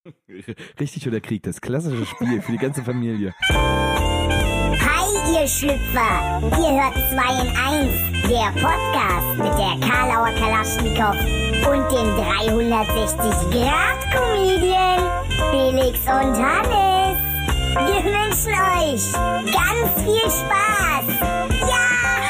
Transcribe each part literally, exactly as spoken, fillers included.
Richtig oder Krieg, das klassische Spiel für die ganze Familie. Hi, ihr Schlüpfer! Ihr hört zwei in eins, der Podcast mit der Karlauer Kalaschnikow und dem dreihundertsechzig Grad Comedian Felix und Hannes. Wir wünschen euch ganz viel Spaß! Ja!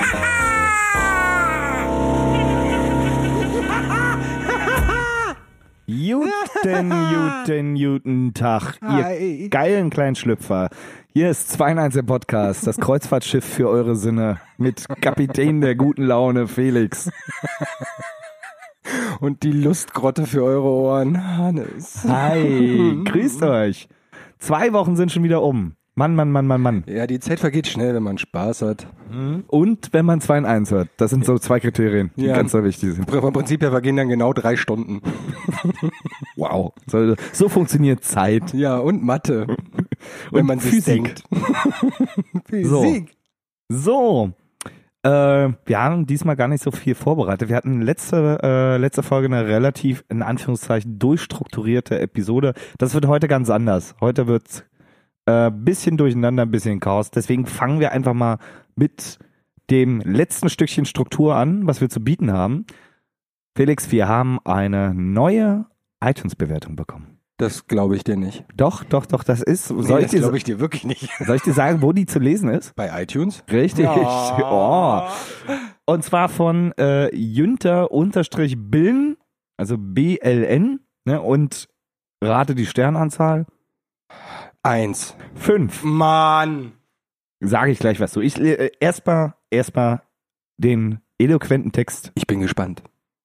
Guten, guten, guten Tag, ihr Hi. geilen kleinen Schlüpfer. Hier ist zwei in eins der Podcast, das Kreuzfahrtschiff für eure Sinne mit Kapitän der guten Laune, Felix. Und die Lustgrotte für eure Ohren, Hannes. Hi, grüßt euch. Zwei Wochen sind schon wieder um. Mann, Mann, Mann, Mann, Mann. Ja, die Zeit vergeht schnell, wenn man Spaß hat. Und wenn man zwei in eins hört. Das sind so zwei Kriterien, die Ja. ganz so wichtig sind. Vom Prinzip her vergehen dann genau drei Stunden. Wow. So, so funktioniert Zeit. Ja, und Mathe. wenn Und man sich Physik. denkt. Physik. So, äh, wir haben diesmal gar nicht so viel vorbereitet. Wir hatten letzte, äh, letzte Folge eine relativ, in Anführungszeichen, durchstrukturierte Episode. Das wird heute ganz anders. Heute wird's äh, bisschen durcheinander, ein bisschen Chaos. Deswegen fangen wir einfach mal mit dem letzten Stückchen Struktur an, was wir zu bieten haben. Felix, wir haben eine neue iTunes-Bewertung bekommen. Das glaube ich dir nicht. Doch, doch, doch, das ist, soll, Nee, ich das dir, glaube ich dir wirklich nicht. soll ich dir sagen, wo die zu lesen ist? Bei iTunes? Richtig. Oh. Und zwar von äh, Jünter-Billen, also B L N, ne, und rate die Sternanzahl. Eins. Fünf. Mann. Sage ich gleich was zu. Ich äh, erstmal erstmal den eloquenten Text. Ich bin gespannt.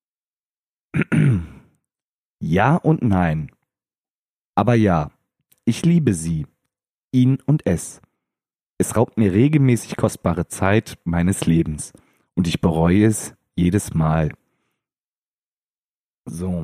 Ja und nein. Aber ja, ich liebe sie, ihn und es. Es raubt mir regelmäßig kostbare Zeit meines Lebens und ich bereue es jedes Mal. So.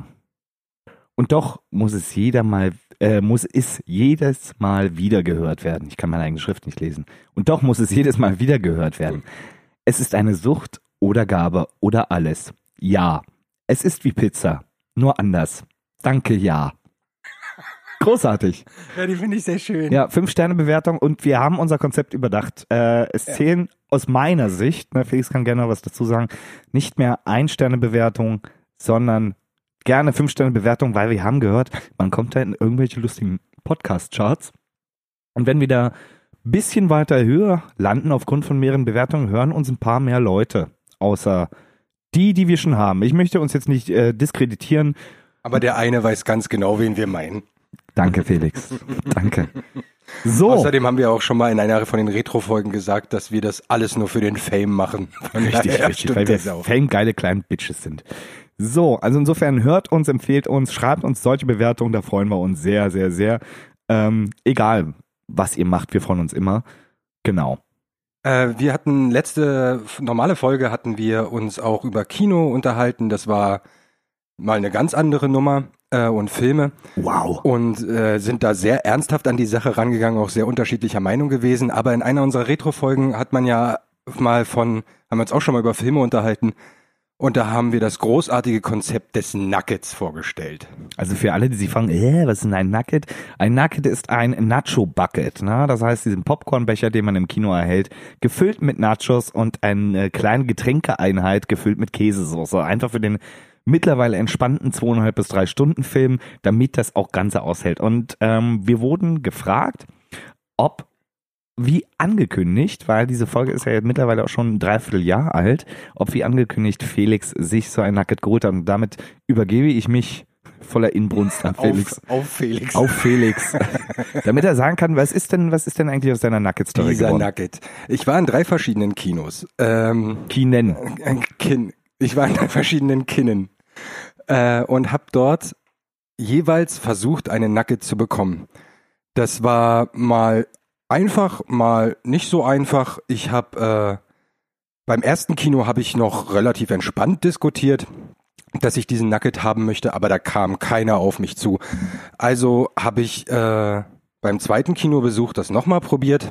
Und doch muss es jeder mal, äh, muss es jedes Mal wieder gehört werden. Ich kann meine eigene Schrift nicht lesen. Und doch muss es jedes Mal wieder gehört werden. Es ist eine Sucht oder Gabe oder alles. Ja, es ist wie Pizza, nur anders. Danke, ja. Großartig. Ja, die finde ich sehr schön. Ja, Fünf-Sterne-Bewertung und wir haben unser Konzept überdacht. Äh, es zählen aus meiner Sicht, ne, Felix kann gerne noch was dazu sagen, nicht mehr Ein-Sterne-Bewertung, sondern gerne Fünf-Sterne-Bewertung, weil wir haben gehört, man kommt da in irgendwelche lustigen Podcast-Charts und wenn wir da ein bisschen weiter höher landen aufgrund von mehreren Bewertungen, hören uns ein paar mehr Leute, außer die, die wir schon haben. Ich möchte uns jetzt nicht äh, diskreditieren. Aber der eine weiß ganz genau, wen wir meinen. Danke, Felix. Danke. So. Außerdem haben wir auch schon mal in einer von den Retro-Folgen gesagt, dass wir das alles nur für den Fame machen. Richtig, Daher richtig, stimmt weil wir das auch. fame-geile kleine Bitches sind. So, also insofern hört uns, empfehlt uns, schreibt uns solche Bewertungen, da freuen wir uns sehr, sehr, sehr. Ähm, egal, was ihr macht, wir freuen uns immer. Genau. Äh, wir hatten letzte f- normale Folge hatten wir uns auch über Kino unterhalten. Das war mal eine ganz andere Nummer äh, und Filme Wow. und äh, sind da sehr ernsthaft an die Sache rangegangen, auch sehr unterschiedlicher Meinung gewesen. Aber in einer unserer Retro-Folgen hat man ja mal von, haben wir uns auch schon mal über Filme unterhalten. Und da haben wir das großartige Konzept des Nuggets vorgestellt. Also für alle, die sich fragen, äh, was ist denn ein Nugget? Ein Nugget ist ein Nacho-Bucket, ne? Das heißt, diesen Popcornbecher, den man im Kino erhält, gefüllt mit Nachos und eine kleine Getränkeeinheit gefüllt mit Käsesoße. Einfach für den mittlerweile entspannten zweieinhalb bis drei Stunden Film, damit das auch Ganze aushält. Und ähm, wir wurden gefragt, ob, wie angekündigt, weil diese Folge ist ja jetzt mittlerweile auch schon ein Dreivierteljahr alt, ob wie angekündigt Felix sich so ein Nugget geholt hat. Und damit übergebe ich mich voller Inbrunst an Felix. Auf, auf Felix. Auf Felix. Damit er sagen kann, was ist denn, was ist denn eigentlich aus deiner Nugget-Story Dieser geworden? Nugget. Ich war in drei verschiedenen Kinos. Ähm, Kinen. ein Kin. Ich war in drei verschiedenen Kinnen. Äh, und habe dort jeweils versucht, einen Nugget zu bekommen. Das war mal einfach, mal nicht so einfach. Ich habe äh, beim ersten Kino habe ich noch relativ entspannt diskutiert, dass ich diesen Nugget haben möchte, aber da kam keiner auf mich zu. Also habe ich äh, beim zweiten Kinobesuch das nochmal probiert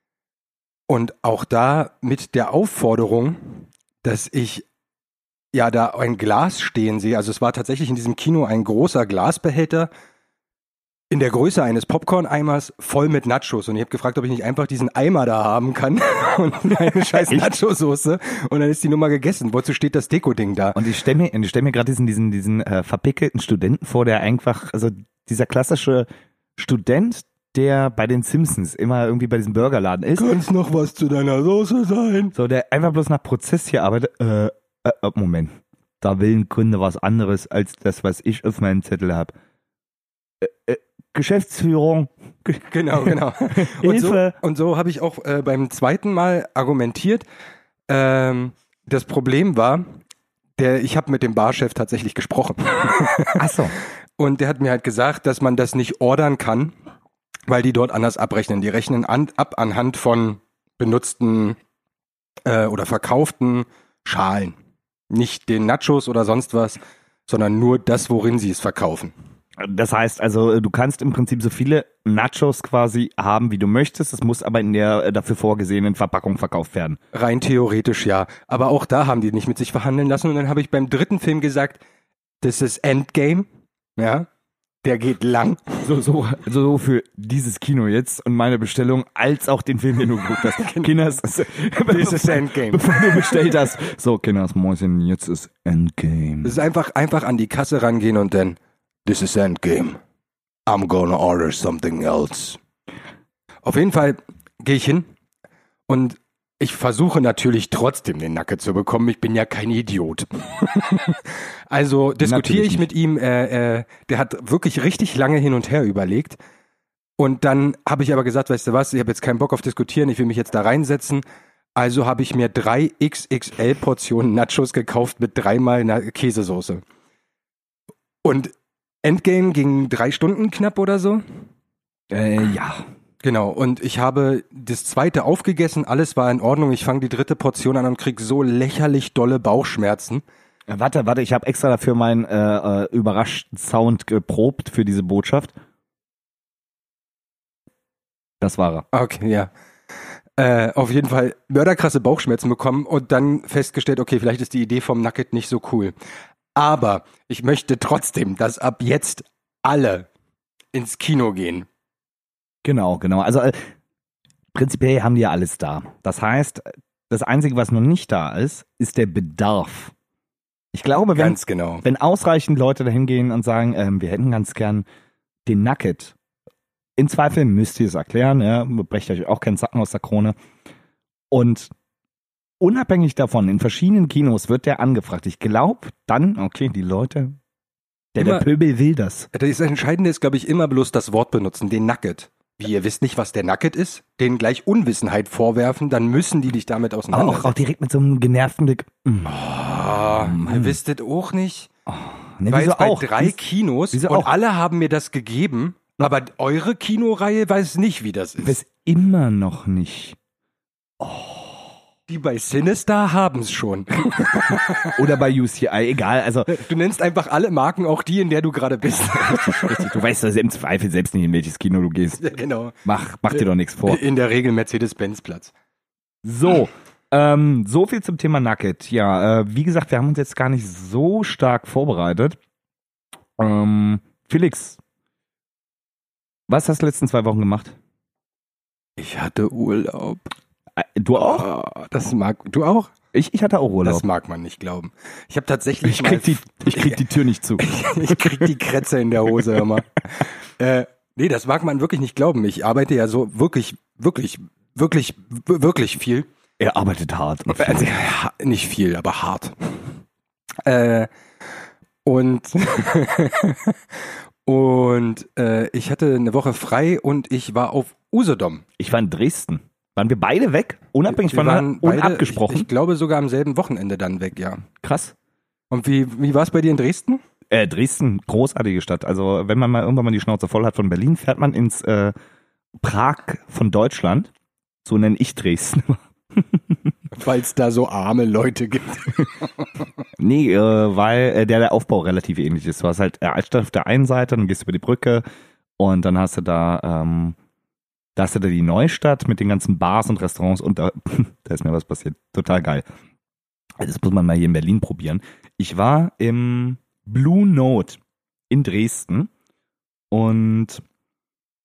und auch da mit der Aufforderung, dass ich ja da ein Glas stehen sehe. Also es war tatsächlich in diesem Kino ein großer Glasbehälter, in der Größe eines Popcorn-Eimers voll mit Nachos. Und ich habe gefragt, ob ich nicht einfach diesen Eimer da haben kann und eine scheiß Nacho-Soße. Und dann ist die Nummer gegessen. Wozu steht das Deko-Ding da? Und ich stelle mir, ich stell mir gerade diesen, diesen, diesen äh, verpickelten Studenten vor, der einfach, also dieser klassische Student, der bei den Simpsons immer irgendwie bei diesem Burgerladen ist. Kann's noch was zu deiner Soße sein? So, der einfach bloß nach Prozess hier arbeitet. Äh, äh, Moment. Da will ein Kunde was anderes als das, was ich auf meinem Zettel habe. Äh, äh, Geschäftsführung. Genau, genau. Und so, Hilfe. und so habe ich auch äh, beim zweiten Mal argumentiert. Ähm, das Problem war, der, ich habe mit dem Barchef tatsächlich gesprochen. Ach so. Und der hat mir halt gesagt, dass man das nicht ordern kann, weil die dort anders abrechnen. Die rechnen an, ab anhand von benutzten äh, oder verkauften Schalen. Nicht den Nachos oder sonst was, sondern nur das, worin sie es verkaufen. Das heißt also, du kannst im Prinzip so viele Nachos quasi haben, wie du möchtest. Es muss aber in der dafür vorgesehenen Verpackung verkauft werden. Rein theoretisch ja. Aber auch da haben die nicht mit sich verhandeln lassen. Und dann habe ich beim dritten Film gesagt, das ist Endgame. Ja, der geht lang. So, so, so für dieses Kino jetzt und meine Bestellung, als auch den Film, den du geguckt hast. Kinders, Das ist Endgame. bevor du bestellt hast. So, Kinders, Mäuschen, jetzt ist Endgame. Das ist einfach, einfach an die Kasse rangehen und dann, this is Endgame. I'm gonna order something else. Auf jeden Fall gehe ich hin und ich versuche natürlich trotzdem den Nugget zu bekommen. Ich bin ja kein Idiot. Also diskutiere ich mit ihm. Äh, äh, der hat wirklich richtig lange hin und her überlegt. Und dann habe ich aber gesagt, weißt du was, ich habe jetzt keinen Bock auf diskutieren. Ich will mich jetzt da reinsetzen. Also habe ich mir drei X X L-Portionen Nachos gekauft mit dreimal Na- Käsesoße. Und Endgame ging drei Stunden knapp oder so. Äh, ja. Genau, und ich habe das zweite aufgegessen, alles war in Ordnung. Ich fange die dritte Portion an und krieg so lächerlich dolle Bauchschmerzen. Äh, Warte, warte, ich habe extra dafür meinen äh, äh, überraschten Sound geprobt für diese Botschaft. Das war er. Okay, ja. Äh, auf jeden Fall mörderkrasse Bauchschmerzen bekommen und dann festgestellt, okay, vielleicht ist die Idee vom Nugget nicht so cool. Aber ich möchte trotzdem, dass ab jetzt alle ins Kino gehen. Genau, genau. Also äh, prinzipiell haben die ja alles da. Das heißt, das Einzige, was noch nicht da ist, ist der Bedarf. Ich glaube, wenn, Ganz genau. wenn ausreichend Leute dahin gehen und sagen, ähm, wir hätten ganz gern den Nugget. In Zweifel müsst ihr es erklären, ja, brecht euch auch keinen Zacken aus der Krone. Und unabhängig davon, in verschiedenen Kinos wird der angefragt. Ich glaube dann, okay, die Leute, der, Immer- der Pöbel will das. Das Entscheidende ist, glaube ich, immer bloß das Wort benutzen, den Nugget. Wie ihr wisst nicht, was der Nugget ist, denen gleich Unwissenheit vorwerfen, dann müssen die dich damit Aber auseinandersetzen. auch, auch direkt mit so einem genervten Blick. Mm. Ah, ihr wisst es auch nicht. Ne, Weil wieso es bei auch? drei Wieso- Kinos wieso und auch? alle haben mir das gegeben, aber eure Kinoreihe weiß nicht, wie das Ich ist. weiß immer noch nicht. Die bei Sinister haben es schon. Oder bei U C I, egal. Also, Du nennst einfach alle Marken, auch die, in der du gerade bist. richtig, du weißt also im Zweifel selbst nicht, in welches Kino du gehst. Ja, genau. Mach, mach dir doch nichts vor. In der Regel Mercedes-Benz-Platz. So, ähm, so viel zum Thema Nugget. Ja, äh, wie gesagt, wir haben uns jetzt gar nicht so stark vorbereitet. Ähm, Felix, was hast du die letzten zwei Wochen gemacht? Ich hatte Urlaub. Äh, Du auch? Ah, das mag du auch? Ich, ich hatte auch Urlaub. Das mag man nicht glauben. Ich habe tatsächlich Ich krieg, die, ich krieg die Tür nicht zu. ich krieg die Krätze in der Hose immer. äh, nee, das mag man wirklich nicht glauben. Ich arbeite ja so wirklich, wirklich, wirklich, w- wirklich viel. Er arbeitet hart. Also, ja, nicht viel, aber hart. Äh, und und äh, ich hatte eine Woche frei und ich war auf Usedom. Ich war in Dresden. Waren wir beide weg? Unabhängig Wir voneinander? waren beide, Unabgesprochen? Ich, ich glaube sogar am selben Wochenende dann weg, ja. Krass. Und wie, wie war es bei dir in Dresden? Äh, Dresden, großartige Stadt. Also wenn man mal irgendwann mal die Schnauze voll hat von Berlin, fährt man ins äh, Prag von Deutschland. So nenne ich Dresden. Weil es da so arme Leute gibt. Nee, äh, weil äh, der, der Aufbau relativ ähnlich ist. Du hast halt äh, Altstadt auf der einen Seite, dann gehst du über die Brücke und dann hast du da, ähm, da hast du da die Neustadt mit den ganzen Bars und Restaurants und da, da ist mir was passiert. Total geil. Also das muss man mal hier in Berlin probieren. Ich war im Blue Note in Dresden und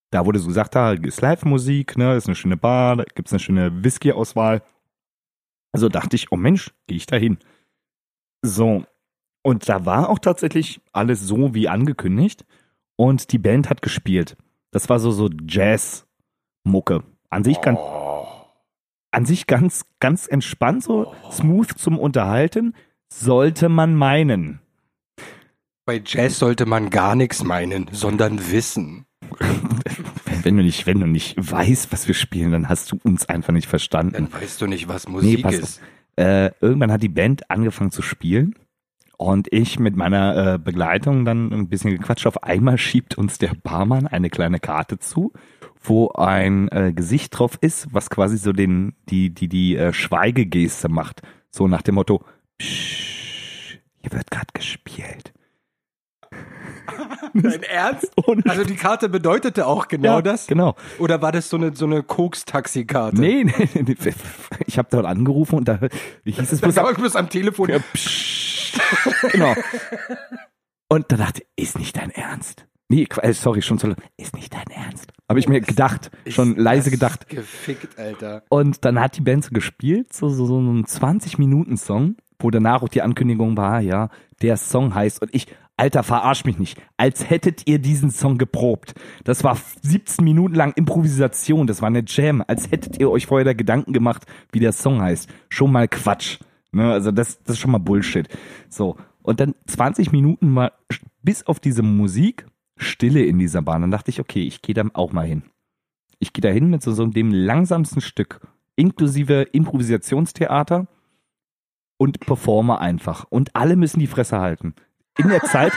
Da wurde so gesagt, da ist Live-Musik, ne, ist eine schöne Bar, da gibt's eine schöne Whisky-Auswahl. Also dachte ich, oh Mensch, gehe ich da hin. So, und da war auch tatsächlich alles so wie angekündigt und die Band hat gespielt. Das war so so Jazz-Mucke. An sich ganz, an sich ganz, ganz entspannt, so smooth zum Unterhalten, sollte man meinen. Bei Jazz sollte man gar nichts meinen, sondern wissen. Wenn du nicht, wenn du nicht weißt, was wir spielen, dann hast du uns einfach nicht verstanden. Dann weißt du nicht, was Musik pass ist. auf. Äh, irgendwann hat die Band angefangen zu spielen und ich mit meiner äh, Begleitung dann ein bisschen gequatscht. Auf einmal schiebt uns der Barmann eine kleine Karte zu, wo ein äh, Gesicht drauf ist, was quasi so den die die die äh, Schweigegeste macht. So nach dem Motto, Psch, hier wird gerade gespielt. Dein Ernst? Also die Karte bedeutete auch genau Ja, das? genau. Oder war das so eine, so eine Koks-Taxi-Karte? Nee, nee, nee, ich habe dort angerufen und da hieß es Da bloß, war ich bloß am Telefon. ja, psch, genau. Und da dachte ich, ist nicht dein Ernst? Nee, äh, sorry, schon so, ist nicht dein Ernst. Habe ich mir gedacht, schon leise gedacht. Gefickt, Alter. Und dann hat die Band so gespielt, so, so, so einen zwanzig-Minuten-Song, wo danach auch die Ankündigung war, ja, der Song heißt, und ich, Alter, verarsch mich nicht, als hättet ihr diesen Song geprobt. Das war siebzehn Minuten lang Improvisation, das war eine Jam, als hättet ihr euch vorher da Gedanken gemacht, wie der Song heißt. Schon mal Quatsch. Ne? Also das, das ist schon mal Bullshit. So, und dann zwanzig Minuten mal bis auf diese Musik, Stille in dieser Bahn. Dann dachte ich, okay, ich gehe da auch mal hin. Ich gehe da hin mit so, so dem langsamsten Stück, inklusive Improvisationstheater und performe einfach. Und alle müssen die Fresse halten. In der Zeit,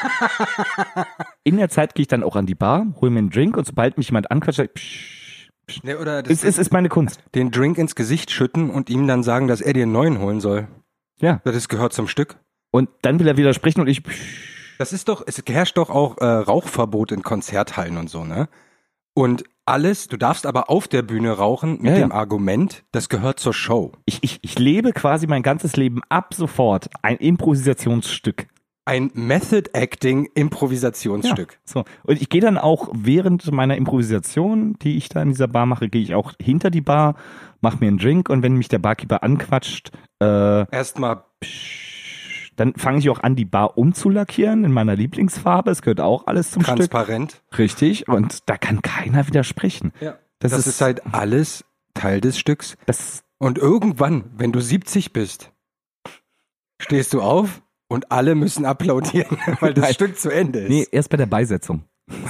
in der Zeit gehe ich dann auch an die Bar, hole mir einen Drink und sobald mich jemand anquatscht, sage ich, psch, psch. Nee, oder das Es ist, ist meine Kunst. den Drink ins Gesicht schütten und ihm dann sagen, dass er dir einen neuen holen soll. Ja. Das gehört zum Stück. Und dann will er widersprechen und ich, psch. Das ist doch, es herrscht doch auch äh, Rauchverbot in Konzerthallen und so, ne? Und alles, du darfst aber auf der Bühne rauchen mit Ja, dem ja. Argument, das gehört zur Show. Ich, ich, ich lebe quasi mein ganzes Leben ab sofort ein Improvisationsstück. Ein Method-Acting-Improvisationsstück. Ja, so. Und ich gehe dann auch während meiner Improvisation, die ich da in dieser Bar mache, gehe ich auch hinter die Bar, mache mir einen Drink und wenn mich der Barkeeper anquatscht, äh, Erstmal, dann fange ich auch an, die Bar umzulackieren in meiner Lieblingsfarbe. Es gehört auch alles zum transparent. Stück. Richtig. Und da kann keiner widersprechen. Ja. Das, Das, ist, ist, halt alles Teil des Stücks. das, Und irgendwann, wenn du siebzig bist, stehst du auf und alle müssen applaudieren, weil das Nein. Stück zu Ende ist. nee, erst bei der Beisetzung.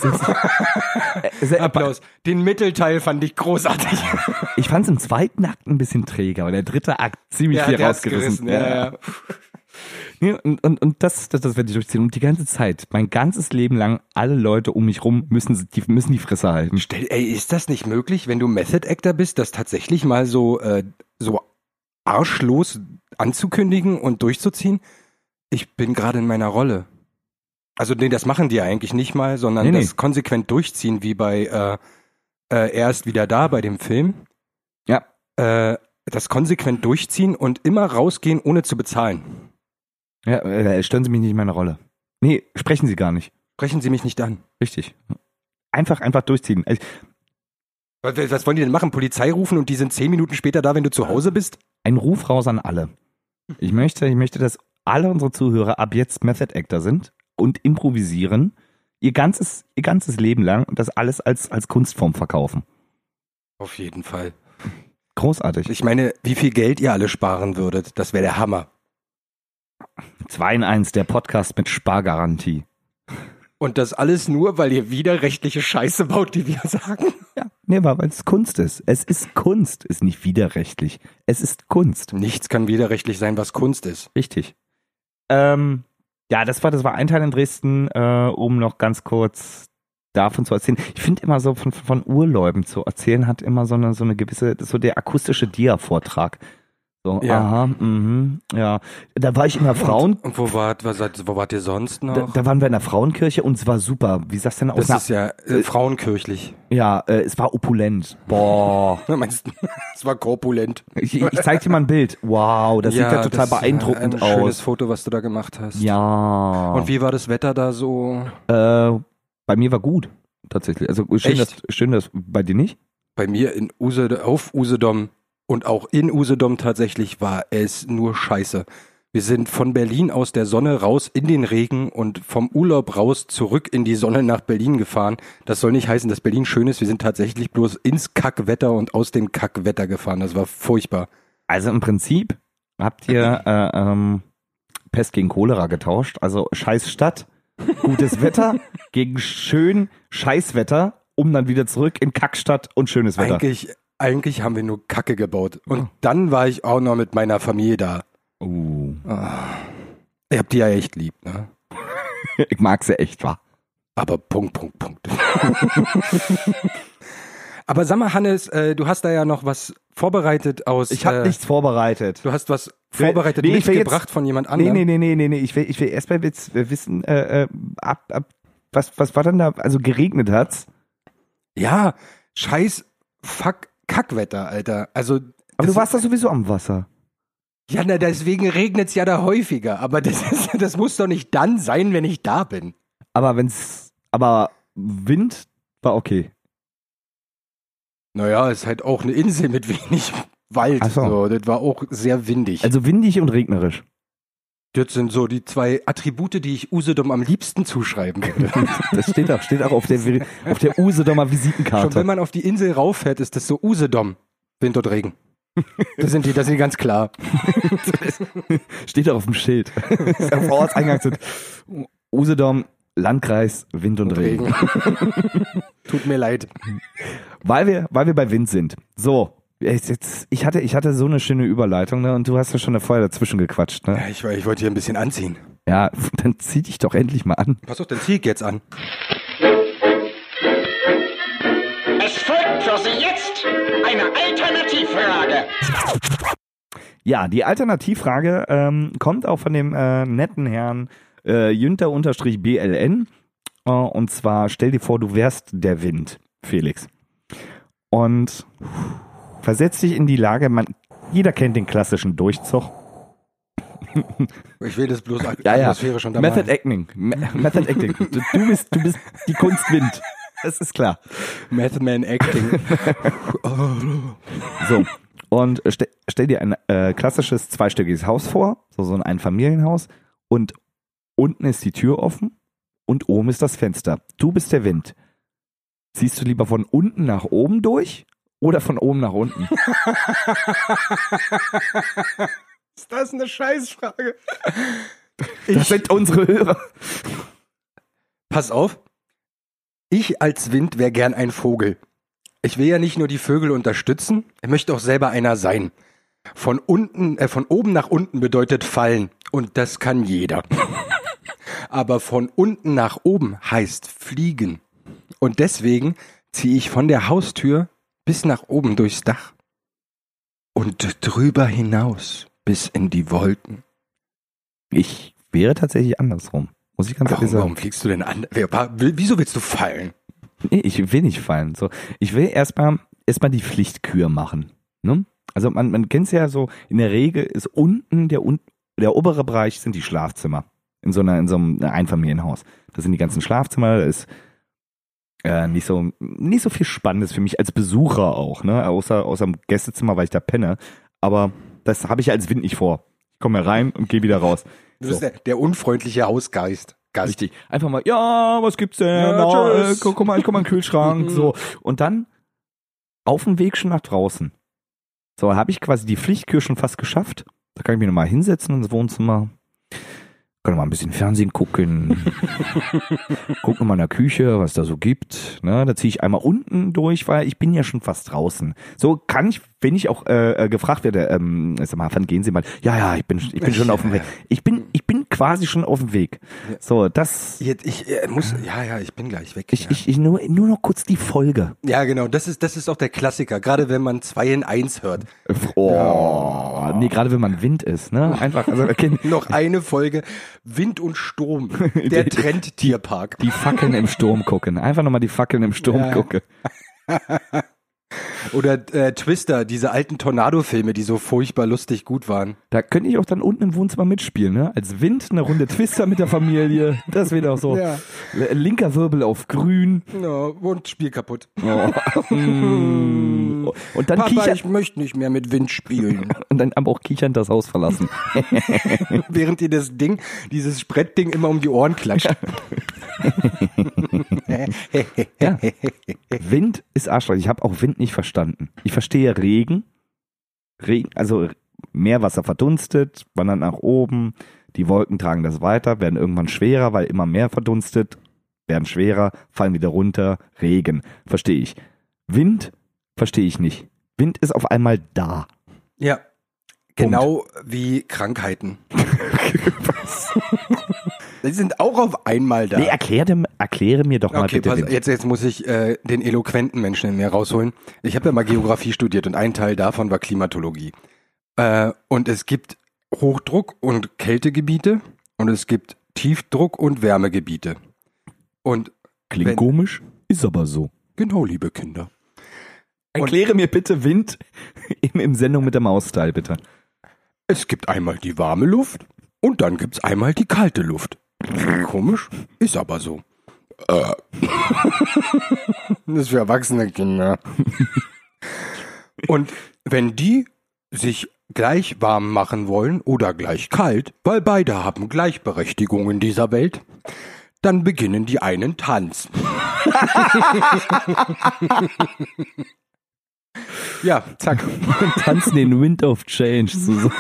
Applaus. Den Mittelteil fand ich großartig. Ich fand es im zweiten Akt ein bisschen träger, aber der dritte Akt ziemlich Ja, viel der hat's rausgerissen. gerissen, ja, ja. Nee, und, und, und das, das, das werde ich durchziehen. Und die ganze Zeit, mein ganzes Leben lang, alle Leute um mich rum müssen die, müssen die Fresse halten. Stell, ey, ist das nicht möglich, wenn du Method Actor bist, das tatsächlich mal so, äh, so arschlos anzukündigen und durchzuziehen? Ich bin gerade in meiner Rolle. Also nee, das machen die ja eigentlich nicht mal, sondern Nee, nee. das konsequent durchziehen, wie bei äh, äh, Er ist wieder da bei dem Film. Ja. Äh, das konsequent durchziehen und immer rausgehen, ohne zu bezahlen. Ja, äh, stören Sie mich nicht in meiner Rolle. Nee, sprechen Sie gar nicht. Sprechen Sie mich nicht an. Richtig. Einfach, einfach durchziehen. Also, Was, was wollen die denn machen? Polizei rufen und die sind zehn Minuten später da, wenn du zu Hause bist? ein Ruf raus an alle. Ich möchte, ich möchte, dass alle unsere Zuhörer ab jetzt Method Actor sind und improvisieren, ihr ganzes, ihr ganzes Leben lang und das alles als, als Kunstform verkaufen. Auf jeden Fall. Großartig. Ich meine, wie viel Geld ihr alle sparen würdet, das wäre der Hammer. zwei in eins, der Podcast mit Spargarantie. Und das alles nur, weil ihr widerrechtliche Scheiße baut, die wir sagen? Ja, nee, weil es Kunst ist. Es ist Kunst, ist nicht widerrechtlich. Es ist Kunst. Nichts kann widerrechtlich sein, was Kunst ist. Richtig. Ähm, ja, das war, das war ein Teil in Dresden, äh, um noch ganz kurz davon zu erzählen. Ich finde immer so von, von Urlauben zu erzählen, hat immer so eine, so eine gewisse, so der akustische Dia-Vortrag. So, Ja. aha, mhm, ja. Da war ich in der Frauen, Und wo wart, was, seid- wo wart ihr sonst noch? da, da waren wir in der Frauenkirche und es war super. Wie sagst du denn aus? das ist ja äh, frauenkirchlich. ja, äh, es war opulent. Boah. Meinst du, es war korpulent. Ich, ich zeig dir mal ein Bild. Wow, das sieht ja total das, äh, beeindruckend ein schönes aus. Foto, was du da gemacht hast. Ja. Und wie war das Wetter da so? Äh, bei mir war gut. tatsächlich. Also schön, dass, Echt? schön, dass bei dir nicht. Bei mir in Usedom, auf Usedom und auch in Usedom tatsächlich war es nur Scheiße. Wir sind von Berlin aus der Sonne raus in den Regen und vom Urlaub raus zurück in die Sonne nach Berlin gefahren. Das soll nicht heißen, dass Berlin schön ist. Wir sind tatsächlich bloß ins Kackwetter und aus dem Kackwetter gefahren. Das war furchtbar. Also im Prinzip habt ihr äh, ähm, Pest gegen Cholera getauscht. Also scheiß Stadt, gutes Wetter gegen schön Scheißwetter, um dann wieder zurück in Kackstadt und schönes Wetter. Eigentlich, eigentlich haben wir nur Kacke gebaut. Und dann war ich auch noch mit meiner Familie da. Uh. Ich hab die ja echt lieb, ne? Ich mag sie echt, wa? Aber Punkt, Punkt, Punkt. Aber sag mal, Hannes, äh, du hast da ja noch was vorbereitet aus... Ich habe äh, nichts vorbereitet. Du hast was vorbereitet, Nee, ich will mitgebracht jetzt- von jemand Nee, anderem. nee, nee, nee, nee, nee. Ich will, ich will erst mal jetzt wissen, äh, äh, ab, ab, was, was war denn da? Also geregnet hat's. Ja, scheiß Fuck Kackwetter, Alter. Also, Aber das, du warst da sowieso am Wasser. ja, na, deswegen regnet's ja da häufiger. Aber das, ist, das muss doch nicht dann sein, wenn ich da bin. Aber wenn's, aber Wind war okay. Naja, ist halt auch eine Insel mit wenig Wald. Ach so. So, das war auch sehr windig. Also windig und regnerisch. Das sind so die zwei Attribute, die ich Usedom am liebsten zuschreiben würde. Das steht auch, steht auch auf der, auf der Usedomer Schon Visitenkarte. wenn man auf die Insel rauffährt, ist das so Usedom. Wind und Regen. Das sind die, das sind die ganz klar. Steht auch auf dem Schild. Ist Auf Ortseingang sind Usedom, Landkreis, Wind und, Und Regen. Regen. Tut mir leid. Weil wir, weil wir bei Wind sind. So. Jetzt, jetzt, ich hatte, ich hatte so eine schöne Überleitung, ne? Und du hast ja schon vorher dazwischen gequatscht, ne? Ja, ich, ich wollte hier ein bisschen anziehen. Ja, dann zieh dich doch endlich mal an. Pass auf, dann zieh ich jetzt an. Es folgt für Sie jetzt eine Alternativfrage. Ja, die Alternativfrage ähm, kommt auch von dem äh, netten Herrn äh, Jünter-B L N. Äh, und zwar, stell dir vor, du wärst der Wind, Felix. Und versetz dich in die Lage, man, jeder kennt den klassischen Durchzug. Ich will das bloß At- Ja, ja. Atmosphäre schon dabei. Method Acting. Me Method Acting. Du, du, bist, du bist die Kunst Wind. Das ist klar. Method Man Acting. So. Und ste stell dir ein äh, klassisches zweistöckiges Haus vor, so, so ein Einfamilienhaus. Und unten ist die Tür offen und oben ist das Fenster. Du bist der Wind. Ziehst du lieber von unten nach oben durch oder von oben nach unten? Ist das eine Scheißfrage? Das sind unsere Hörer. Pass auf. Ich als Wind wäre gern ein Vogel. Ich will ja nicht nur die Vögel unterstützen, ich möchte auch selber einer sein. Von unten, äh, von oben nach unten bedeutet fallen. Und das kann jeder. Aber von unten nach oben heißt fliegen. Und deswegen ziehe ich von der Haustür bis nach oben durchs Dach. Und drüber hinaus bis in die Wolken. Ich wäre tatsächlich andersrum. Muss ich ganz Warum, ehrlich sagen. warum fliegst du denn an? Wer- Wieso willst du fallen? Nee, ich will nicht fallen. So, ich will erstmal erstmal die Pflichtkür machen. Ne? Also man, man kennt es ja so, in der Regel ist unten der, un der obere Bereich sind die Schlafzimmer. In so, einer, in so einem Einfamilienhaus. Das sind die ganzen Schlafzimmer, da ist äh, nicht so nicht so viel Spannendes für mich als Besucher auch, ne? Außer, außer im Gästezimmer, weil ich da penne. Aber das habe ich als Wind nicht vor. Ich komme rein und gehe wieder raus. Du bist der, der unfreundliche Hausgeist. Gast. Richtig. Einfach mal, ja, was gibt's denn? Ja, Na, äh, tschüss. guck, guck mal, ich komm mal in den Kühlschrank. So. Und dann auf dem Weg schon nach draußen. So, habe ich quasi die Pflichtkür schon fast geschafft. Da kann ich mich nochmal hinsetzen ins Wohnzimmer. Kann mal ein bisschen Fernsehen gucken. Guck nochmal in der Küche, was da so gibt. Ne, da ziehe ich einmal unten durch, weil ich bin ja schon fast draußen. So kann ich, wenn ich auch äh, gefragt werde, ähm, sag mal, wann gehen Sie mal? Ja, ja, ich bin, ich bin schon auf dem Weg. Ich bin, ich bin quasi schon auf dem Weg. So, das. Jetzt, ich äh, muss, ja, ja, ich bin gleich weg. Ich, ja. ich, ich nur, nur noch kurz die Folge. ja, genau, das ist, das ist auch der Klassiker, gerade wenn man zwei in eins hört. Oh, nee, gerade wenn man Wind ist, ne? Einfach, also okay, Noch eine Folge Wind und Sturm, der Trendtierpark. die Fackeln im Sturm gucken. Einfach nochmal die Fackeln im Sturm Ja. gucken. Oder äh, Twister, diese alten Tornado-Filme, die so furchtbar lustig gut waren. Da könnte ich auch dann unten im Wohnzimmer mitspielen, ne? Als Wind eine Runde Twister mit der Familie. Das wäre doch so. Ja. Linker Wirbel auf grün. Ja, und Spiel kaputt. Oh. Mm. Und dann Papa, kichern. ich möchte nicht mehr mit Wind spielen. Und dann aber auch kichernd das Haus verlassen. Während dir das Ding, dieses Sprettding immer um die Ohren klatscht. Ja. Wind ist arschloch. Ich habe auch Wind nicht verstanden. Ich verstehe Regen. Regen, also Meerwasser verdunstet, wandert nach oben. Die Wolken tragen das weiter, werden irgendwann schwerer, weil immer mehr verdunstet, werden schwerer, fallen wieder runter. Regen, verstehe ich. Wind verstehe ich nicht. Wind ist auf einmal da. Ja, genau wie Krankheiten. Die sind auch auf einmal da. Nee, erkläre, erkläre mir doch mal Okay, bitte pass, Wind. jetzt, jetzt muss ich äh, den eloquenten Menschen in mir rausholen. Ich habe ja mal Geografie studiert und ein Teil davon war Klimatologie. Äh, und es gibt Hochdruck- und Kältegebiete und es gibt Tiefdruck- und Wärmegebiete. Und Klingt wenn- komisch, ist aber so. genau, liebe Kinder. Erkläre mir bitte Wind im, im Sendung mit der Maus-Style, bitte. Es gibt einmal die warme Luft und dann gibt's einmal die kalte Luft. Komisch, ist aber so. Äh. Das ist für erwachsene Kinder. Und wenn die sich gleich warm machen wollen oder gleich kalt, weil beide haben Gleichberechtigung in dieser Welt, dann beginnen die einen Tanz. Ja, zack. Und tanzen den Wind of Change zusammen.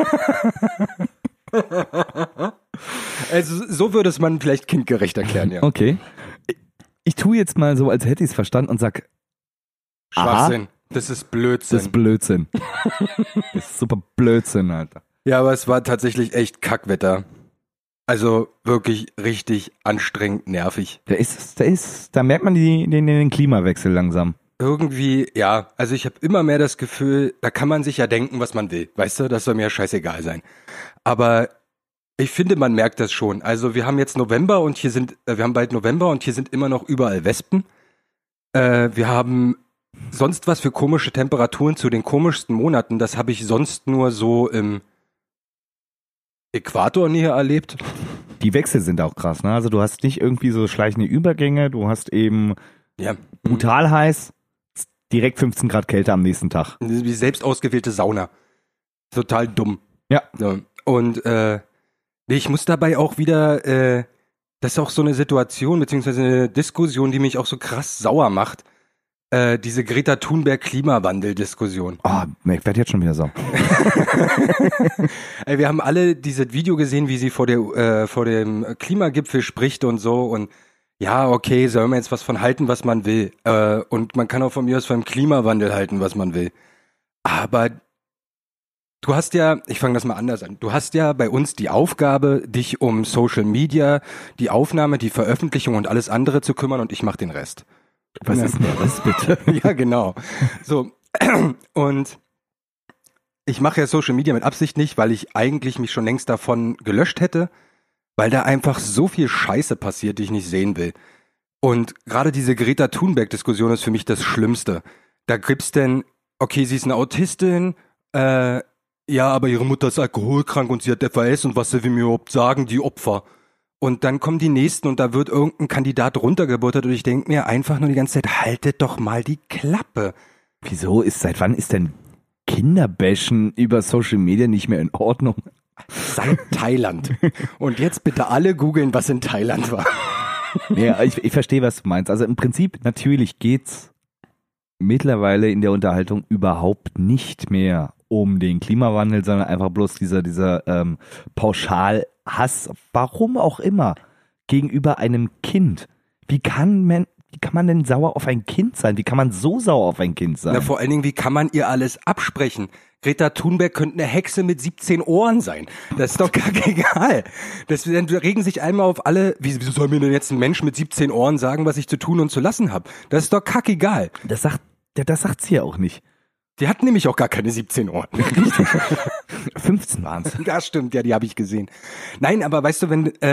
Also so würde es man vielleicht kindgerecht erklären, ja. Okay. Ich tue jetzt mal so, als hätte ich es verstanden und sag, Schwachsinn. Das ist Blödsinn. das ist Blödsinn. Das ist super Blödsinn, Alter. Ja, aber es war tatsächlich echt Kackwetter. Also wirklich richtig anstrengend, nervig. Da ist, da ist, da merkt man die, den, den Klimawechsel langsam. Irgendwie, ja, also ich habe immer mehr das Gefühl, da kann man sich ja denken, was man will. Weißt du, das soll mir ja scheißegal sein. Aber ich finde, man merkt das schon. Also wir haben jetzt November und hier sind, äh, wir haben bald November und hier sind immer noch überall Wespen. Äh, wir haben sonst was für komische Temperaturen zu den komischsten Monaten. Das habe ich sonst nur so im Äquatornähe erlebt. Die Wechsel sind auch krass, ne? Also du hast nicht irgendwie so schleichende Übergänge, du hast eben Ja, brutal heiß, direkt fünfzehn Grad Kälte am nächsten Tag. wie selbst ausgewählte Sauna. Total dumm. Ja. So. Und äh, nee, ich muss dabei auch wieder, äh, das ist auch so eine Situation, beziehungsweise eine Diskussion, die mich auch so krass sauer macht. Äh, diese Greta Thunberg-Klimawandel-Diskussion. Oh, ich werde jetzt schon wieder sauer. Ey, wir haben alle dieses Video gesehen, wie sie vor, der, äh, vor dem Klimagipfel spricht und so. Und ja, okay, soll man jetzt was von halten, was man will. Äh, und man kann auch von mir aus vom Klimawandel halten, was man will. Aber du hast ja, ich fange das mal anders an, du hast ja bei uns die Aufgabe, dich um Social Media, die Aufnahme, die Veröffentlichung und alles andere zu kümmern und ich mache den Rest. Was ist denn das bitte? Ja, genau. So, und ich mache ja Social Media mit Absicht nicht, weil ich eigentlich mich schon längst davon gelöscht hätte, weil da einfach so viel Scheiße passiert, die ich nicht sehen will. Und gerade diese Greta Thunberg-Diskussion ist für mich das Schlimmste. Da gibt's denn, okay, sie ist eine Autistin, äh, ja, aber ihre Mutter ist alkoholkrank und sie hat F A S und was will mir überhaupt sagen, die Opfer. Und dann kommen die Nächsten und da wird irgendein Kandidat runtergebuttert und ich denke mir einfach nur die ganze Zeit, haltet doch mal die Klappe. Wieso ist, seit wann ist denn Kinderbashen über Social Media nicht mehr in Ordnung? Seit Thailand. Und jetzt bitte alle googeln, was in Thailand war. Ja, ich, ich verstehe, was du meinst. Also im Prinzip, natürlich geht's mittlerweile in der Unterhaltung überhaupt nicht mehr um den Klimawandel, sondern einfach bloß dieser, dieser ähm, Pauschalhass, warum auch immer, gegenüber einem Kind. Wie kann man, wie kann man denn sauer auf ein Kind sein? Wie kann man so sauer auf ein Kind sein? Na, vor allen Dingen, wie kann man ihr alles absprechen? Greta Thunberg könnte eine Hexe mit siebzehn Ohren sein. Das ist doch kackegal. Das dann regen sich einmal auf alle, wieso soll mir denn jetzt ein Mensch mit siebzehn Ohren sagen, was ich zu tun und zu lassen habe? Das ist doch kackegal. Das sagt, ja, das sagt sie ja auch nicht. Die hat nämlich auch gar keine siebzehn Ohren. fünfzehn waren's. Ja, stimmt, ja, die habe ich gesehen. Nein, aber weißt du, wenn, äh,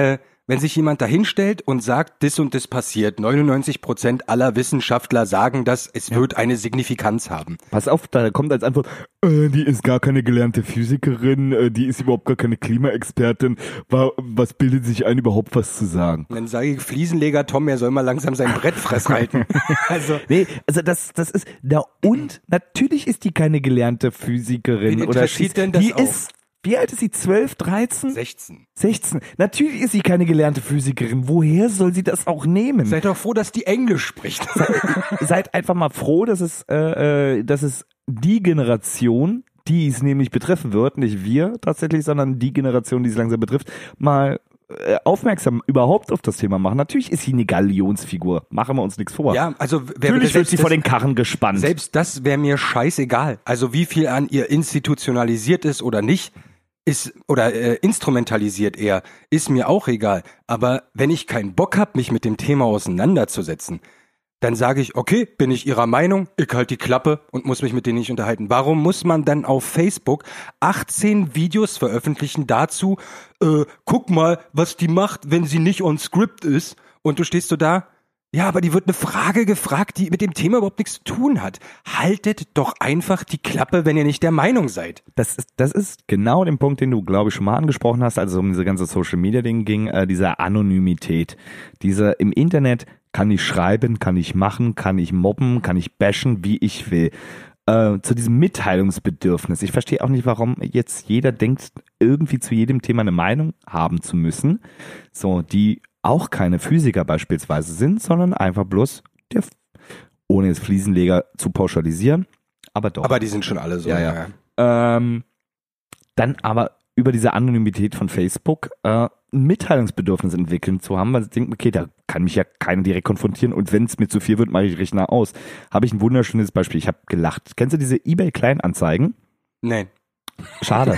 wenn sich jemand dahinstellt und sagt, das und das passiert. neunundneunzig Prozent aller Wissenschaftler sagen das, es ja. wird eine Signifikanz haben. Pass auf, da kommt als Antwort, äh, die ist gar keine gelernte Physikerin, äh, die ist überhaupt gar keine Klimaexpertin. War, was bildet sich ein, überhaupt was zu sagen? Und dann sage ich, Fliesenleger Tom, er soll mal langsam sein Brett fress halten. also, nee, also das, das ist, na und, natürlich ist die keine gelernte Physikerin. Wen oder interessiert denn das die auch? Ist, wie alt ist sie? zwölf, dreizehn? sechzehn. sechzehn. Natürlich ist sie keine gelernte Physikerin. Woher soll sie das auch nehmen? Seid doch froh, dass die Englisch spricht. Seid einfach mal froh, dass es, äh, äh, dass es die Generation, die es nämlich betreffen wird, nicht wir tatsächlich, sondern die Generation, die es langsam betrifft, mal äh, aufmerksam überhaupt auf das Thema machen. Natürlich ist sie eine Galionsfigur. Machen wir uns nichts vor. Ja, also wer Natürlich wird sie das, vor den Karren gespannt. Selbst das wäre mir scheißegal. Also wie viel an ihr institutionalisiert ist oder nicht, ist oder äh, instrumentalisiert eher, ist mir auch egal. Aber wenn ich keinen Bock habe, mich mit dem Thema auseinanderzusetzen, dann sage ich, okay, bin ich ihrer Meinung, ich halt die Klappe und muss mich mit denen nicht unterhalten. Warum muss man dann auf Facebook achtzehn Videos veröffentlichen dazu, äh, guck mal, was die macht, wenn sie nicht on script ist, und du stehst so da, ja, aber die wird eine Frage gefragt, die mit dem Thema überhaupt nichts zu tun hat. Haltet doch einfach die Klappe, wenn ihr nicht der Meinung seid. Das ist, das ist genau der Punkt, den du, glaube ich, schon mal angesprochen hast, als es um diese ganze Social-Media-Ding ging, äh, diese Anonymität. Diese im Internet kann ich schreiben, kann ich machen, kann ich mobben, kann ich bashen, wie ich will. Äh, zu diesem Mitteilungsbedürfnis. Ich verstehe auch nicht, warum jetzt jeder denkt, irgendwie zu jedem Thema eine Meinung haben zu müssen. So, die auch keine Physiker beispielsweise sind, sondern einfach bloß, der, ohne jetzt Fliesenleger zu pauschalisieren, aber doch. Aber die sind schon alle so. Ja, ja. ja. Ähm, dann aber über diese Anonymität von Facebook äh, ein Mitteilungsbedürfnis entwickeln zu haben, weil sie denken, okay, da kann mich ja keiner direkt konfrontieren und wenn es mir zu viel wird, mache ich Rechner aus. Habe ich ein wunderschönes Beispiel. Ich habe gelacht. Kennst du diese eBay-Kleinanzeigen? Nein. Schade.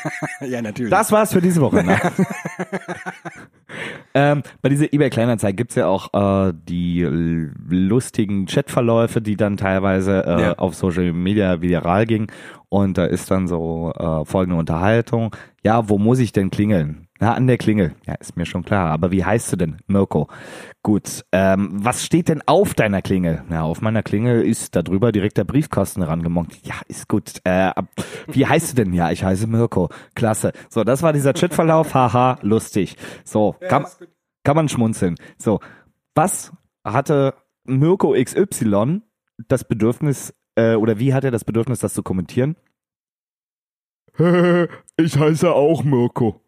Ja, natürlich. Das war's für diese Woche. Ne? ähm, bei dieser eBay-Kleinanzeige gibt's ja auch äh, die l- lustigen Chatverläufe, die dann teilweise äh, Ja. auf Social Media viral gingen. Und da ist dann so äh, folgende Unterhaltung. Ja, wo muss ich denn klingeln? Na, an der Klingel. Ja, ist mir schon klar. Aber wie heißt du denn? Mirko. Gut. Ähm, was steht denn auf deiner Klingel? Na, auf meiner Klingel ist da drüber direkt der Briefkasten rangemonkt. Ja, ist gut. Äh, ab, wie heißt du denn? Ja, ich heiße Mirko. Klasse. So, das war dieser Chatverlauf. Haha, lustig. So, kann, kann man schmunzeln. So, was hatte Mirko X Y das Bedürfnis, äh, oder wie hat er das Bedürfnis, das zu kommentieren? Ich heiße auch Mirko.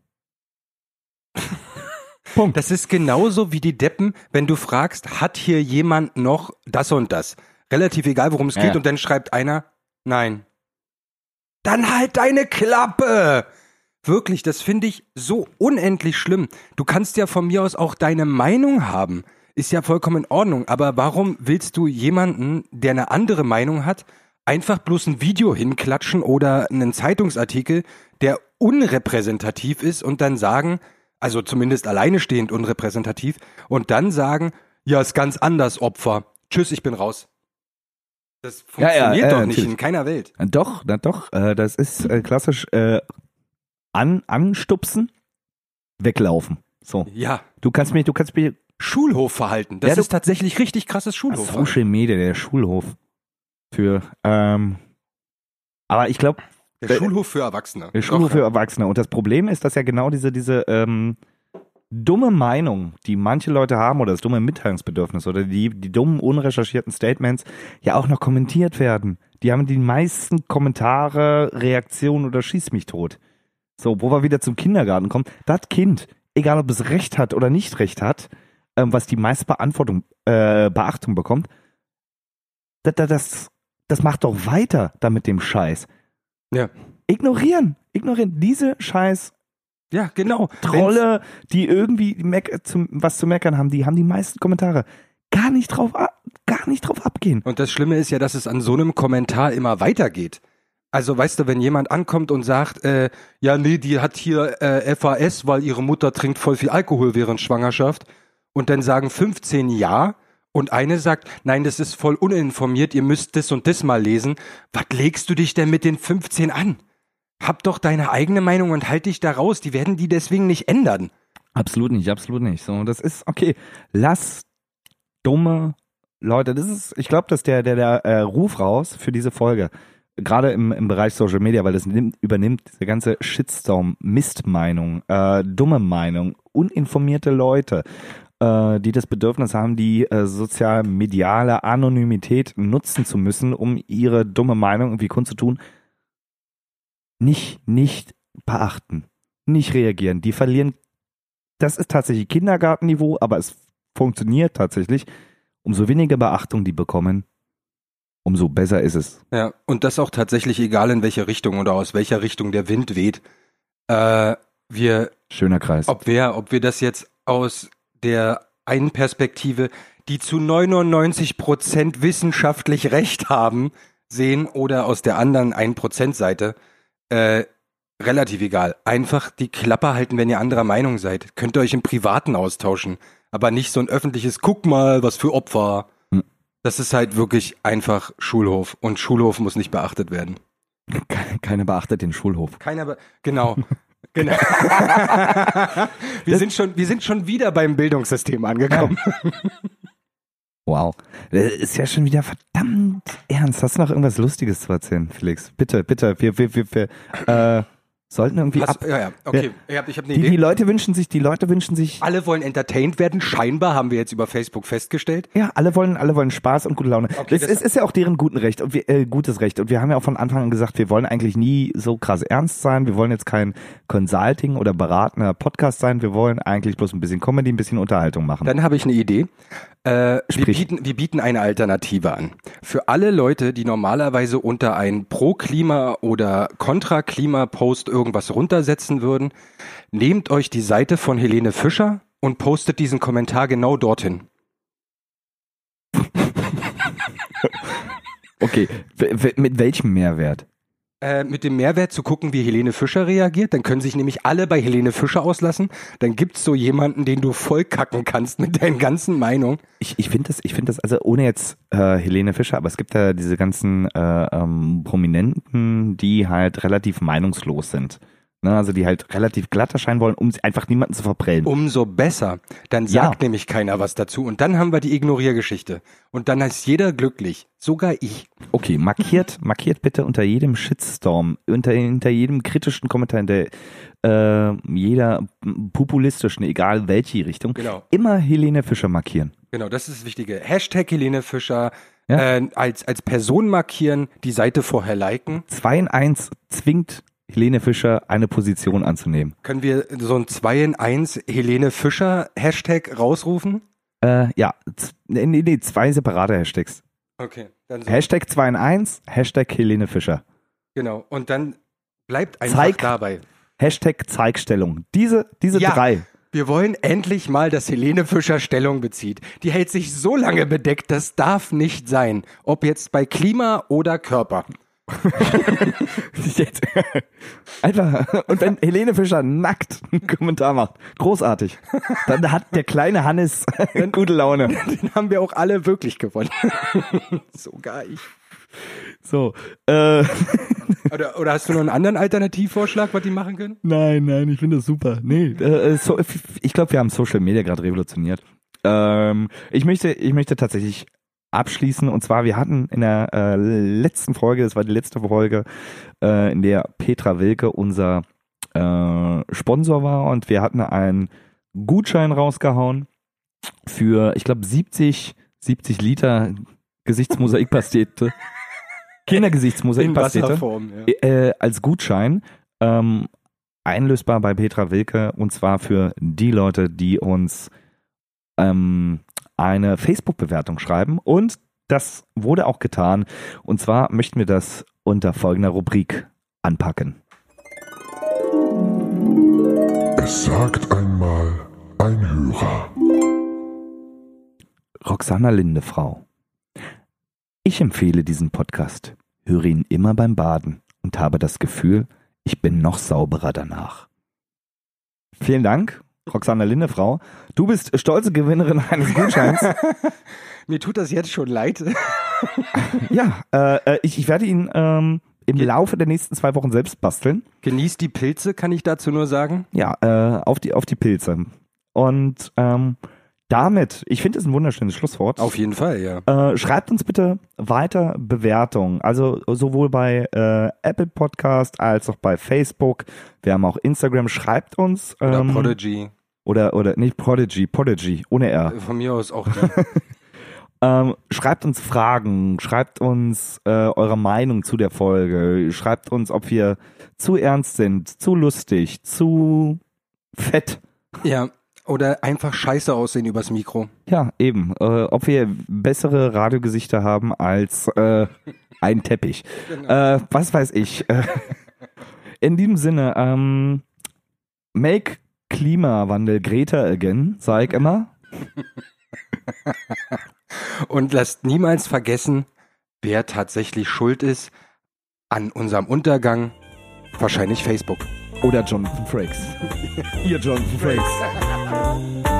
Punkt. Das ist genauso wie die Deppen, wenn du fragst, hat hier jemand noch das und das? Relativ egal, worum es Ja. geht, und dann schreibt einer, nein. Dann halt deine Klappe! Wirklich, das finde ich so unendlich schlimm. Du kannst ja von mir aus auch deine Meinung haben. Ist ja vollkommen in Ordnung. Aber warum willst du jemanden, der eine andere Meinung hat, einfach bloß ein Video hinklatschen oder einen Zeitungsartikel, der unrepräsentativ ist, und dann sagen, also zumindest alleine stehend unrepräsentativ, und dann sagen, ja, ist ganz anders, Opfer. Tschüss, ich bin raus. Das Ja, ja, funktioniert äh, doch nicht natürlich. in keiner Welt. Na doch, na doch, äh, das ist äh, klassisch äh, an, anstupsen, weglaufen. So. Ja, Du kannst mich, du kannst mich, Schulhofverhalten. Das Ja, du- ist tatsächlich richtig krasses Schulhofverhalten. Social Media, der Schulhof für, ähm, aber ich glaube, Der Schulhof für Erwachsene. der Schulhof Doch, für Erwachsene. Und das Problem ist, dass ja genau diese, diese ähm, dumme Meinung, die manche Leute haben, oder das dumme Mitteilungsbedürfnis oder die, die dummen, unrecherchierten Statements ja auch noch kommentiert werden. Die haben die meisten Kommentare, Reaktionen oder schieß mich tot. So, wo wir wieder zum Kindergarten kommen. Das Kind, egal ob es Recht hat oder nicht Recht hat, ähm, was die meiste Beantwortung, äh, Beachtung bekommt, das, das, das, das macht doch weiter da mit dem Scheiß. Ja. Ignorieren, ignorieren. Diese scheiß Ja, genau. Trolle, die irgendwie meck- zum, was zu meckern haben, die haben die meisten Kommentare. Gar nicht drauf, a- gar nicht drauf abgehen. Und das Schlimme ist ja, dass es an so einem Kommentar immer weitergeht. Also weißt du, wenn jemand ankommt und sagt, äh, ja nee, die hat hier äh, F A S, weil ihre Mutter trinkt voll viel Alkohol während Schwangerschaft, und dann sagen fünfzehn ja, und eine sagt, nein, das ist voll uninformiert, ihr müsst das und das mal lesen. Was legst du dich denn mit den fünfzehn an? Hab doch deine eigene Meinung und halt dich da raus, die werden die deswegen nicht ändern. Absolut nicht, absolut nicht. So, das ist, okay, lass dumme Leute, das ist, ich glaube, dass der, der, der äh, Ruf raus für diese Folge, gerade im, im Bereich Social Media, weil das nimmt, übernimmt diese ganze Shitstorm, Mistmeinung, äh, dumme Meinung, uninformierte Leute, äh, die das Bedürfnis haben, die äh, sozial-mediale Anonymität nutzen zu müssen, um ihre dumme Meinung irgendwie kundzutun, nicht, nicht beachten, nicht reagieren. Die verlieren, das ist tatsächlich Kindergartenniveau, aber es funktioniert tatsächlich. Umso weniger Beachtung die bekommen, umso besser ist es. Ja, und das auch tatsächlich egal in welche Richtung oder aus welcher Richtung der Wind weht. Äh, wir, Schöner Kreis. ob wir, ob wir das jetzt aus der einen Perspektive, die zu neunundneunzig Prozent wissenschaftlich recht haben, sehen oder aus der anderen ein Prozent Seite, äh, relativ egal. Einfach die Klappe halten, wenn ihr anderer Meinung seid. Könnt ihr euch im Privaten austauschen, aber nicht so ein öffentliches, guck mal, was für Opfer. Hm. Das ist halt wirklich einfach Schulhof und Schulhof muss nicht beachtet werden. Keiner beachtet den Schulhof. Keiner, be genau. Genau. wir, sind schon, wir sind schon wieder beim Bildungssystem angekommen. Wow. Das ist ja schon wieder verdammt ernst. Hast du noch irgendwas Lustiges zu erzählen, Felix? Bitte, bitte. Wir, wir, wir, wir äh, sollten irgendwie Hast, ab. ja, ja, okay. Ich habe ich hab eine Die, Idee. die Leute wünschen sich, die Leute wünschen sich. Alle wollen entertained werden, scheinbar, haben wir jetzt über Facebook festgestellt. Ja, alle wollen, alle wollen Spaß und gute Laune. Okay, es, das- es ist ja auch deren guten Recht und wir, äh, gutes Recht. Und wir haben ja auch von Anfang an gesagt, wir wollen eigentlich nie so krass ernst sein. Wir wollen jetzt kein Consulting oder beratender Podcast sein. Wir wollen eigentlich bloß ein bisschen Comedy, ein bisschen Unterhaltung machen. Dann habe ich eine Idee. Äh, wir, Sprich. bieten, wir bieten eine Alternative an. Für alle Leute, die normalerweise unter ein Pro-Klima- oder Kontra-Klima-Post irgendwas runtersetzen würden, nehmt euch die Seite von Helene Fischer und postet diesen Kommentar genau dorthin. Okay, w- w- mit welchem Mehrwert? Äh, mit dem Mehrwert zu gucken, wie Helene Fischer reagiert. Dann können sich nämlich alle bei Helene Fischer auslassen. Dann gibt's so jemanden, den du voll kacken kannst mit deinen ganzen Meinungen. Ich, ich finde das, ich finde das, also ohne jetzt äh, Helene Fischer, aber es gibt ja diese ganzen äh, ähm, Prominenten, die halt relativ meinungslos sind. Ne? Also die halt relativ glatt erscheinen wollen, um einfach niemanden zu verprellen. Umso besser. Dann Ja. sagt nämlich keiner was dazu. Und dann haben wir die Ignoriergeschichte. Und dann ist jeder glücklich. Sogar ich. Okay, markiert, markiert bitte unter jedem Shitstorm, unter, hinter jedem kritischen Kommentar, hinter äh, jeder populistischen, egal welche Richtung, Genau. immer Helene Fischer markieren. Genau, das ist das Wichtige. Hashtag Helene Fischer. Ja. Äh, als, als Person markieren, die Seite vorher liken. zwei in eins zwingt Helene Fischer eine Position anzunehmen. Können wir so ein zwei in eins Helene Fischer Hashtag rausrufen? Äh, ja, z- nee, nee, nee, zwei separate Hashtags. Okay. Dann so. Hashtag zwei in eins, Hashtag Helene Fischer. Genau. Und dann bleibt einfach Zeig- dabei. Hashtag Zeigstellung. Diese, diese Ja. drei. Wir wollen endlich mal, dass Helene Fischer Stellung bezieht. Die hält sich so lange bedeckt, das darf nicht sein. Ob jetzt bei Klima oder Körper. Jetzt. Einfach. Und wenn Helene Fischer nackt einen Kommentar macht, großartig. Dann hat der kleine Hannes gute Laune. Den haben wir auch alle wirklich gewonnen. Sogar ich. So. Äh, Oder, oder hast du noch einen anderen Alternativvorschlag, was die machen können? nein, nein, ich finde das super. Nee, äh, so, ich glaube, wir haben Social Media gerade revolutioniert. Ähm, ich möchte, ich möchte tatsächlich abschließen. Und zwar, wir hatten in der äh, letzten Folge, das war die letzte Folge, äh, in der Petra Wilke unser äh, Sponsor war und wir hatten einen Gutschein rausgehauen für, ich glaube, siebzig, siebzig Liter Gesichtsmosaikpastete. Kindergesichtsmosaikpastete. Wasserform. Ja. Äh, als Gutschein. Ähm, einlösbar bei Petra Wilke und zwar für die Leute, die uns ähm, eine Facebook-Bewertung schreiben und das wurde auch getan und zwar möchten wir das unter folgender Rubrik anpacken. Es sagt einmal ein Hörer. Roxana Lindefrau. Ich empfehle diesen Podcast, höre ihn immer beim Baden und habe das Gefühl, ich bin noch sauberer danach. Vielen Dank, Roxana Lindefrau. Du bist stolze Gewinnerin eines Gutscheins. Mir tut das jetzt schon leid. Ja, äh, ich, ich werde ihn ähm, im Laufe der nächsten zwei Wochen selbst basteln. Genießt die Pilze, kann ich dazu nur sagen. Ja, äh, auf die auf die Pilze. Und ähm, damit, ich finde es ein wunderschönes Schlusswort. Auf jeden Fall, ja. Äh, schreibt uns bitte weiter Bewertungen, also sowohl bei äh, Apple Podcast als auch bei Facebook. Wir haben auch Instagram. Schreibt uns. Oder Ähm, Prodigy. Oder, oder nicht Prodigy, Prodigy, ohne R. Von mir aus auch die. Ähm, schreibt uns Fragen, schreibt uns äh, eure Meinung zu der Folge, schreibt uns, ob wir zu ernst sind, zu lustig, zu fett. Ja, oder einfach scheiße aussehen übers Mikro. Ja, eben. Äh, ob wir bessere Radiogesichter haben als äh, ein Teppich. Genau. Äh, was weiß ich. Äh, in diesem Sinne, ähm, make Klimawandel Greta again, sag ich immer. Und lasst niemals vergessen, wer tatsächlich schuld ist an unserem Untergang. Wahrscheinlich Facebook. Oder Jonathan Frakes. Ihr Jonathan Frakes.